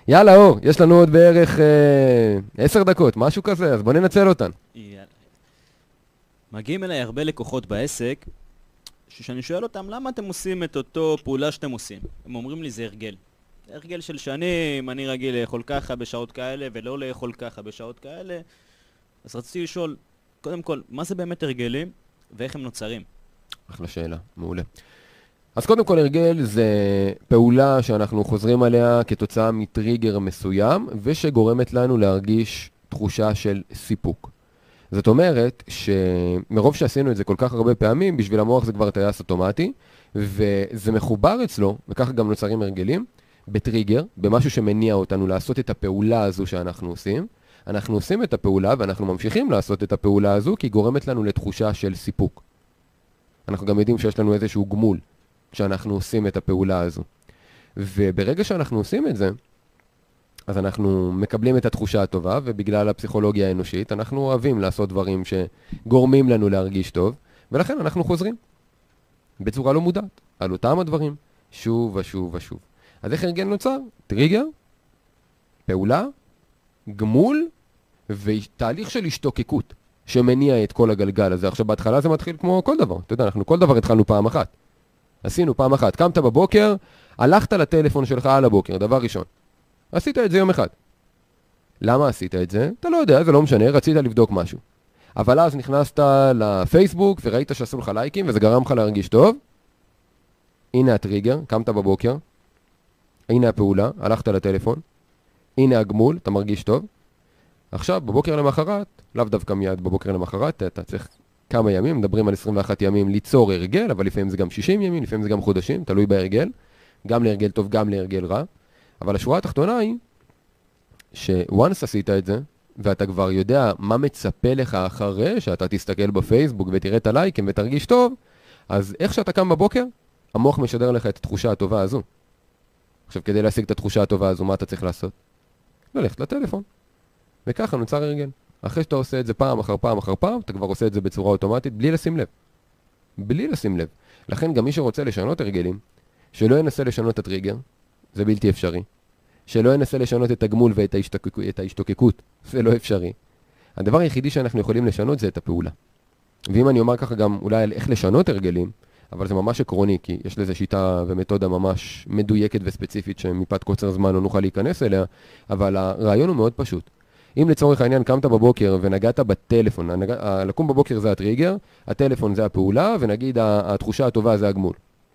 יאללה אור, יש לנו עוד בערך 10 דקות, משהו כזה, אז בוא ננצל אותן. יאללה. מגיעים אליי הרבה לקוחות בעסק, שאני שואל אותם למה אתם עושים את אותו פעולה שאתם עושים. הם אומרים לי זה הרגל. הרגל של שנים, אני רגיל לאכול ככה בשעות כאלה ולא לאכול ככה בשעות כאלה. אז רציתי לשאול, קודם כל, מה זה באמת הרגלים ואיך הם נוצרים? אחלה שאלה, מעולה. אז קודם כל הרגל זה פעולה שאנחנו חוזרים עליה כתוצאה מטריגר מסוים ושגורמת לנו להרגיש תחושה של סיפוק. זאת אומרת שמרוב שעשינו את זה כל כך הרבה פעמים, בשביל המוח זה כבר טייס אוטומטי, וזה מחובר אצלו, וככה גם נוצרים הרגלים, בטריגר, במשהו שמניע אותנו לעשות את הפעולה הזו שאנחנו עושים. אנחנו עושים את הפעולה ואנחנו ממשיכים לעשות את הפעולה הזו, כי היא גורמת לנו לתחושה של סיפוק. אנחנו גם יודעים שיש לנו איזשהו גמול כשאנחנו עושים את הפעולה הזו. וברגע שאנחנו עושים את זה, אז אנחנו מקבלים את התחושה הטובה, ובגלל הפסיכולוגיה האנושית, אנחנו אוהבים לעשות דברים שגורמים לנו להרגיש טוב, ולכן אנחנו חוזרים בצורה לא מודעת על אותם הדברים, שוב ושוב ושוב. אז איך הרגל נוצר? טריגר, פעולה, גמול, ותהליך של השתוקקות שמניע את כל הגלגל הזה. עכשיו בהתחלה זה מתחיל כמו כל דבר. אתה יודע, אנחנו כל דבר התחלנו פעם אחת. עשינו פעם אחת. קמת בבוקר, הלכת לטלפון שלך על הבוקר, דבר ראשון. עשית את זה יום אחד. למה עשית את זה? אתה לא יודע, זה לא משנה, רצית לבדוק משהו. אבל אז נכנסת לפייסבוק וראית שעשו לך לייקים וזה גרם לך להרגיש טוב. הנה הטריגר, קמת בבוקר. הנה הפעולה, הלכת לטלפון. הנה הגמול, אתה מרגיש טוב. עכשיו, בבוקר למחרת, לאו דווקא מיד בבוקר למחרת, אתה צריך כמה ימים, מדברים על 21 ימים ליצור הרגל, אבל לפעמים זה גם 60 ימים, לפעמים זה גם חודשים, תלוי בהרגל. גם להרגל טוב, גם להרגל רע. אבל השורה התחתונה היא, שוואנס עשית את זה, ואתה כבר יודע מה מצפה לך אחרי שאתה תסתכל בפייסבוק ותראה את הלייקים ותרגיש טוב, אז איך שאתה קם בבוקר, המוח משדר לך את התחושה הטובה הזו. עכשיו, כדי להשיג את התחושה הטובה הזו, מה אתה צריך לעשות? ללכת לטלפון. וככה נוצר הרגל. אחרי שאתה עושה את זה פעם אחר פעם אחר פעם, אתה כבר עושה את זה בצורה אוטומטית, בלי לשים לב. בלי לשים לב. לכן גם מי שרוצה לשנות הרגלים, שלא ינסה לשנות את הטריגר, זה בלתי אפשרי. שלא ינסה לשנות את הגמול ואת ההשתוקקות, זה לא אפשרי. הדבר היחידי שאנחנו יכולים לשנות זה את הפעולה. ואם אני אומר ככה גם אולי על איך לשנות הרגלים, אבל זה ממש עקרוני, כי יש לזה שיטה ומתודה ממש מדויקת וספציפית שמפאת קוצר זמן לא נוכל להיכנס אליה, אבל הרעיון הוא מאוד פשוט. אם לצורך העניין קמת בבוקר ונגעת בטלפון, לקום בבוקר זה הטריגר, הטלפון זה הפעולה, ונגיד התחושה הטובה זה הגמול.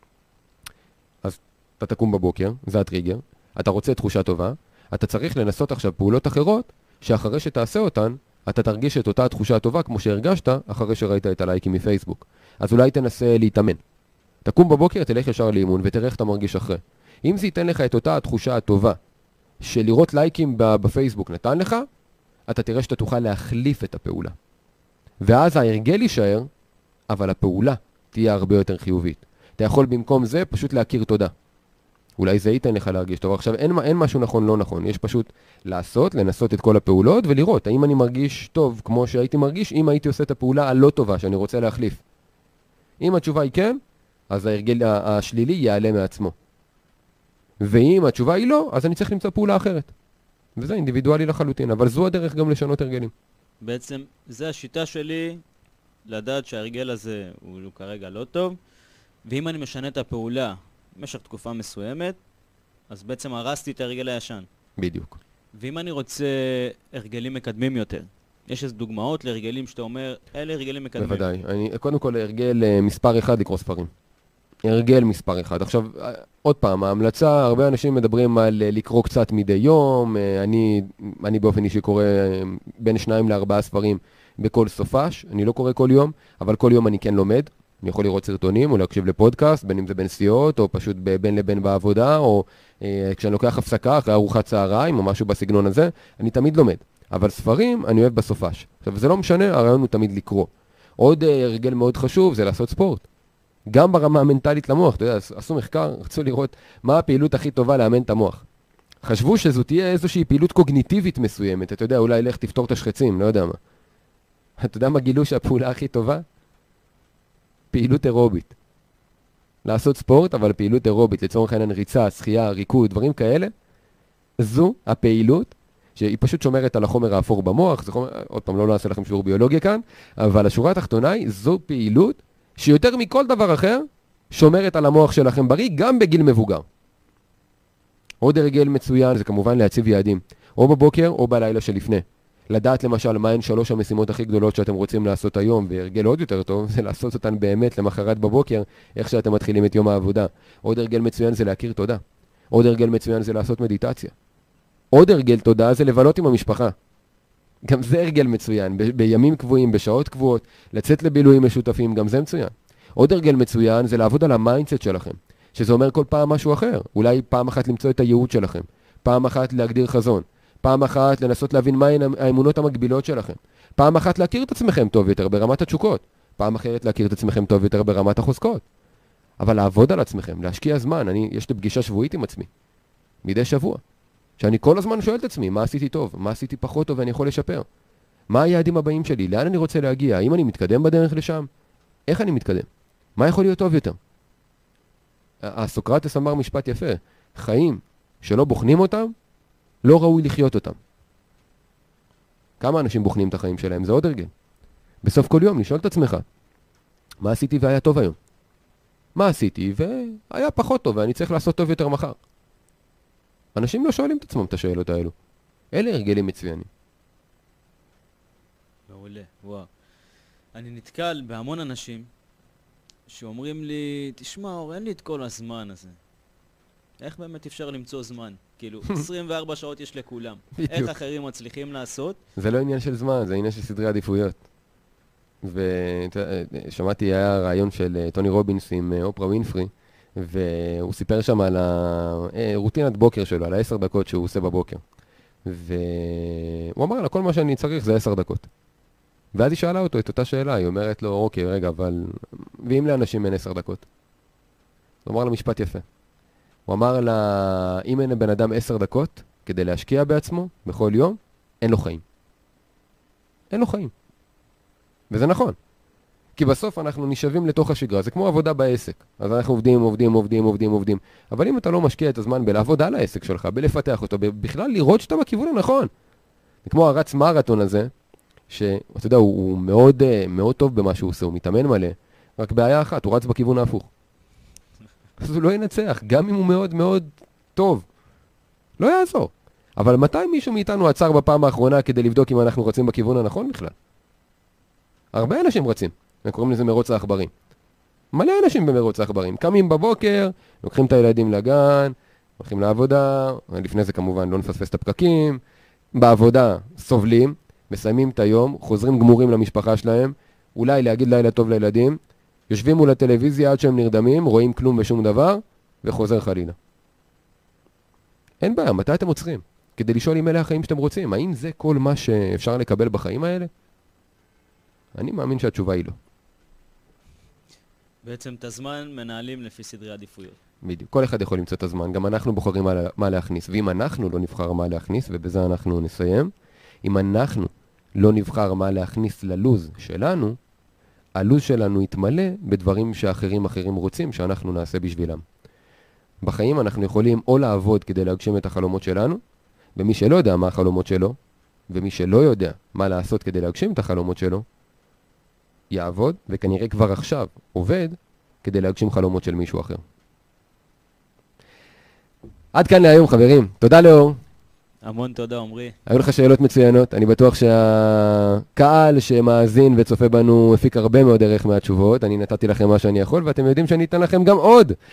אז אתה תקום בבוקר, זה הטריגר, אתה רוצה תחושה טובה, אתה צריך לנסות עכשיו פעולות אחרות, שאחרי שתעשה אותן, אתה תרגיש את אותה התחושה הטובה כמו שהרגשת אחרי שראית את הלייקים מפייסבוק. אז אולי תנסה להתאמן. תקום בבוקר, תלך ישר לאימון ותראה איך אתה מרגיש אחרי. אם זה ייתן לך את אותה התחושה הטובה של לראות לייקים בפייסבוק נתן לך, אתה תראה שאתה תוכל להחליף את הפעולה. ואז ההרגל יישאר, אבל הפעולה תהיה הרבה יותר חיובית. אתה יכול במקום זה פשוט להכיר תודה. אולי זה ייתן לך להרגיש טוב. עכשיו אין משהו נכון לא נכון, יש פשוט לעשות, לנסות את כל הפעולות ולראות האם אני מרגיש טוב כמו שהייתי מרגיש אם הייתי עושה את הפעולה הלא טובה שאני רוצה להחליף. אם התשובה היא כן, אז ההרגל השלילי יעלה מעצמו. ואם התשובה היא לא, אז אני צריך למצוא פעולה אחרת. וזה אינדיבידואלי לחלוטין, אבל זו הדרך גם לשנות הרגלים. בעצם זה השיטה שלי לדעת שההרגל הזה הוא כרגע לא טוב, ואם אני משנה את הפעולה במשך תקופה מסוימת, אז בעצם הרסתי את ההרגל הישן. בדיוק. ואם אני רוצה הרגלים מקדמים יותר, יש איזה דוגמאות להרגלים שאתה אומר, אלה הרגלים מקדמים. בוודאי. קודם כל הרגל מספר 1 לקרוא ספרים. הרגל מספר 1. עכשיו, עוד פעם, ההמלצה, הרבה אנשים מדברים על לקרוא קצת מדי יום, אני באופן אישי קורא בין 2 ל4 ספרים בכל סופש, אני לא קורא כל יום, אבל כל יום אני כן לומד, אני יכול לראות סרטונים או להקשיב לפודקאסט, בין אם זה בנסיעות או פשוט בין לבין בעבודה, או כשאני לוקח הפסקה אחרי ארוחת צהריים או משהו בסגנון הזה, אני תמיד לומד, אבל ספרים אני אוהב בסופש. עכשיו, זה לא משנה, הרעיון הוא תמיד לקרוא. עוד הרגל מאוד חשוב זה לעשות ספורט. גם ברמה המנטלית למוח, אתה יודע, עשו מחקר, רצו לראות מה הפעילות הכי טובה לאמן את המוח. חשבו שזו תהיה איזושהי פעילות קוגניטיבית מסוימת, אתה יודע, אולי לך תפתור את השחצים, לא יודע מה. אתה יודע מה גילו שהפעולה הכי טובה? פעילות אירובית. לעשות ספורט, אבל פעילות אירובית, לצורך העניין ריצה, שחייה, ריקוד, דברים כאלה, זו הפעילות שהיא פשוט שומרת על החומר האפור במוח, עוד פעם לא נעשה לכם שיעור ביולוגיה כאן, אבל השורה התחתונה היא, זו פעילות שיותר מכל דבר אחר, שומרת על המוח שלכם בריא, גם בגיל מבוגר. עוד הרגל מצוין זה כמובן להציב יעדים, או בבוקר או בלילה שלפני. לדעת למשל מהן 3 המשימות הכי גדולות שאתם רוצים לעשות היום, והרגל עוד יותר טוב זה לעשות אותן באמת למחרת בבוקר, איך שאתם מתחילים את יום העבודה. עוד הרגל מצוין זה להכיר תודה. עוד הרגל מצוין זה לעשות מדיטציה. עוד הרגל תודה זה לבלות עם המשפחה. גם זה הרגל מצוין, בימים קבועים, בשעות קבועות, לצאת לבילויים משותפים, גם זה מצוין. עוד הרגל מצוין זה לעבוד על המיינדסט שלכם, שזה אומר כל פעם משהו אחר. אולי פעם אחת למצוא את הייעוד שלכם, פעם אחת להגדיר חזון, פעם אחת לנסות להבין מהן האמונות המקבילות שלכם, פעם אחת להכיר את עצמכם טוב יותר ברמת התשוקות, פעם אחרת להכיר את עצמכם טוב יותר ברמת החוזקות. אבל לעבוד על עצמכם, להשקיע זמן. יש לי פגישה שבועית עם עצמי, מדי שבוע, שאני כל הזמן שואל את עצמי, מה עשיתי טוב, מה עשיתי פחות טוב ואני יכול לשפר? מה היעדים הבאים שלי? לאן אני רוצה להגיע? האם אני מתקדם בדרך לשם? איך אני מתקדם? מה יכול להיות טוב יותר? סוקרטס אמר משפט יפה, חיים שלא בוחנים אותם, לא ראוי לחיות אותם. כמה אנשים בוחנים את החיים שלהם? זה עוד הרגל. בסוף כל יום לשאול את עצמך, מה עשיתי והיה טוב היום? מה עשיתי והיה פחות טוב ואני צריך לעשות טוב יותר מחר? אנשים לא שואלים את עצמם את השאלות האלו. אלה הרגלים מצוינים. מעולה, וואו. אני נתקל בהמון אנשים שאומרים לי, תשמע, אור, אין לי את כל הזמן הזה. איך באמת אפשר למצוא זמן? כאילו, 24 שעות יש לכולם. איך אחרים מצליחים לעשות? זה לא עניין של זמן, זה עניין של סדרי עדיפויות. ושמעתי, היה רעיון של טוני רובינס עם אופרה ווינפרי, והוא סיפר שם על הרוטינת בוקר שלו, על 10 דקות שהוא עושה בבוקר. והוא אמר לה, כל מה שאני צריך זה 10 דקות. ואז היא שאלה אותו את אותה שאלה, היא אומרת לו, אוקיי, רגע, אבל... ואם לאנשים אין 10 דקות? הוא אמר לה משפט יפה. הוא אמר לה, אם אין לבן אדם 10 דקות כדי להשקיע בעצמו בכל יום, אין לו חיים. אין לו חיים. וזה נכון. כי בסוף אנחנו נשאבים לתוך השגרה, זה כמו עבודה בעסק. אז אנחנו עובדים. אבל אם אתה לא משקיע את הזמן בלעבוד על העסק שלך, בלפתח אותו, בכלל לראות שאתה בכיוון הנכון. זה כמו הרץ מרתון הזה, שאתה יודע, הוא מאוד, מאוד טוב במה שהוא עושה, הוא מתאמן מלא, רק בעיה אחת, הוא רץ בכיוון ההפוך. אז הוא לא ינצח, גם אם הוא מאוד מאוד טוב. לא יעזור. אבל מתי מישהו מאיתנו עצר בפעם האחרונה כדי לבדוק אם אנחנו רצים בכיוון הנכון בכלל? הרבה אנשים רצים, וקוראים לזה מרוץ העכברים. מלא אנשים במרוץ העכברים. קמים בבוקר, לוקחים את הילדים לגן, הולכים לעבודה, לפני זה כמובן לא נפספס את הפקקים, בעבודה סובלים, מסיימים את היום, חוזרים גמורים למשפחה שלהם, אולי להגיד לילה טוב לילדים, יושבים מול הטלוויזיה עד שהם נרדמים, רואים כלום ושום דבר, וחוזר חלילה. אין בעיה, מתי אתם עוצרים? כדי לשאול אם אלה החיים שאתם רוצים. האם זה כל מה שאפשר לקבל בחיים האלה? אני מאמין שהתשובה היא לא. בעצם את הזמן מנהלים לפי סדרי עדיפויות. בדיוק. כל אחד יכול למצוא את הזמן. גם אנחנו בוחרים מה להכניס. ואם אנחנו לא נבחר מה להכניס, ובזה אנחנו נסיים, אם אנחנו לא נבחר מה להכניס ללוז שלנו, הלוז שלנו יתמלא בדברים שאחרים רוצים שאנחנו נעשה בשבילם. בחיים אנחנו יכולים או לעבוד כדי להגשים את החלומות שלנו, ומי שלא יודע מה החלומות שלו, ומי שלא יודע מה לעשות כדי להגשים את החלומות שלו, יעבוד, וכנראה כבר עכשיו עובד כדי להגשים חלומות של מישהו אחר. עד כאן להיום חברים. תודה לאור. המון תודה עומרי. היו לך שאלות מצוינות, אני בטוח שהקהל שמאזין וצופה בנו הפיק הרבה מאוד ערך מהתשובות, אני נתתי לכם מה שאני יכול ואתם יודעים שאני אתן לכם גם עוד.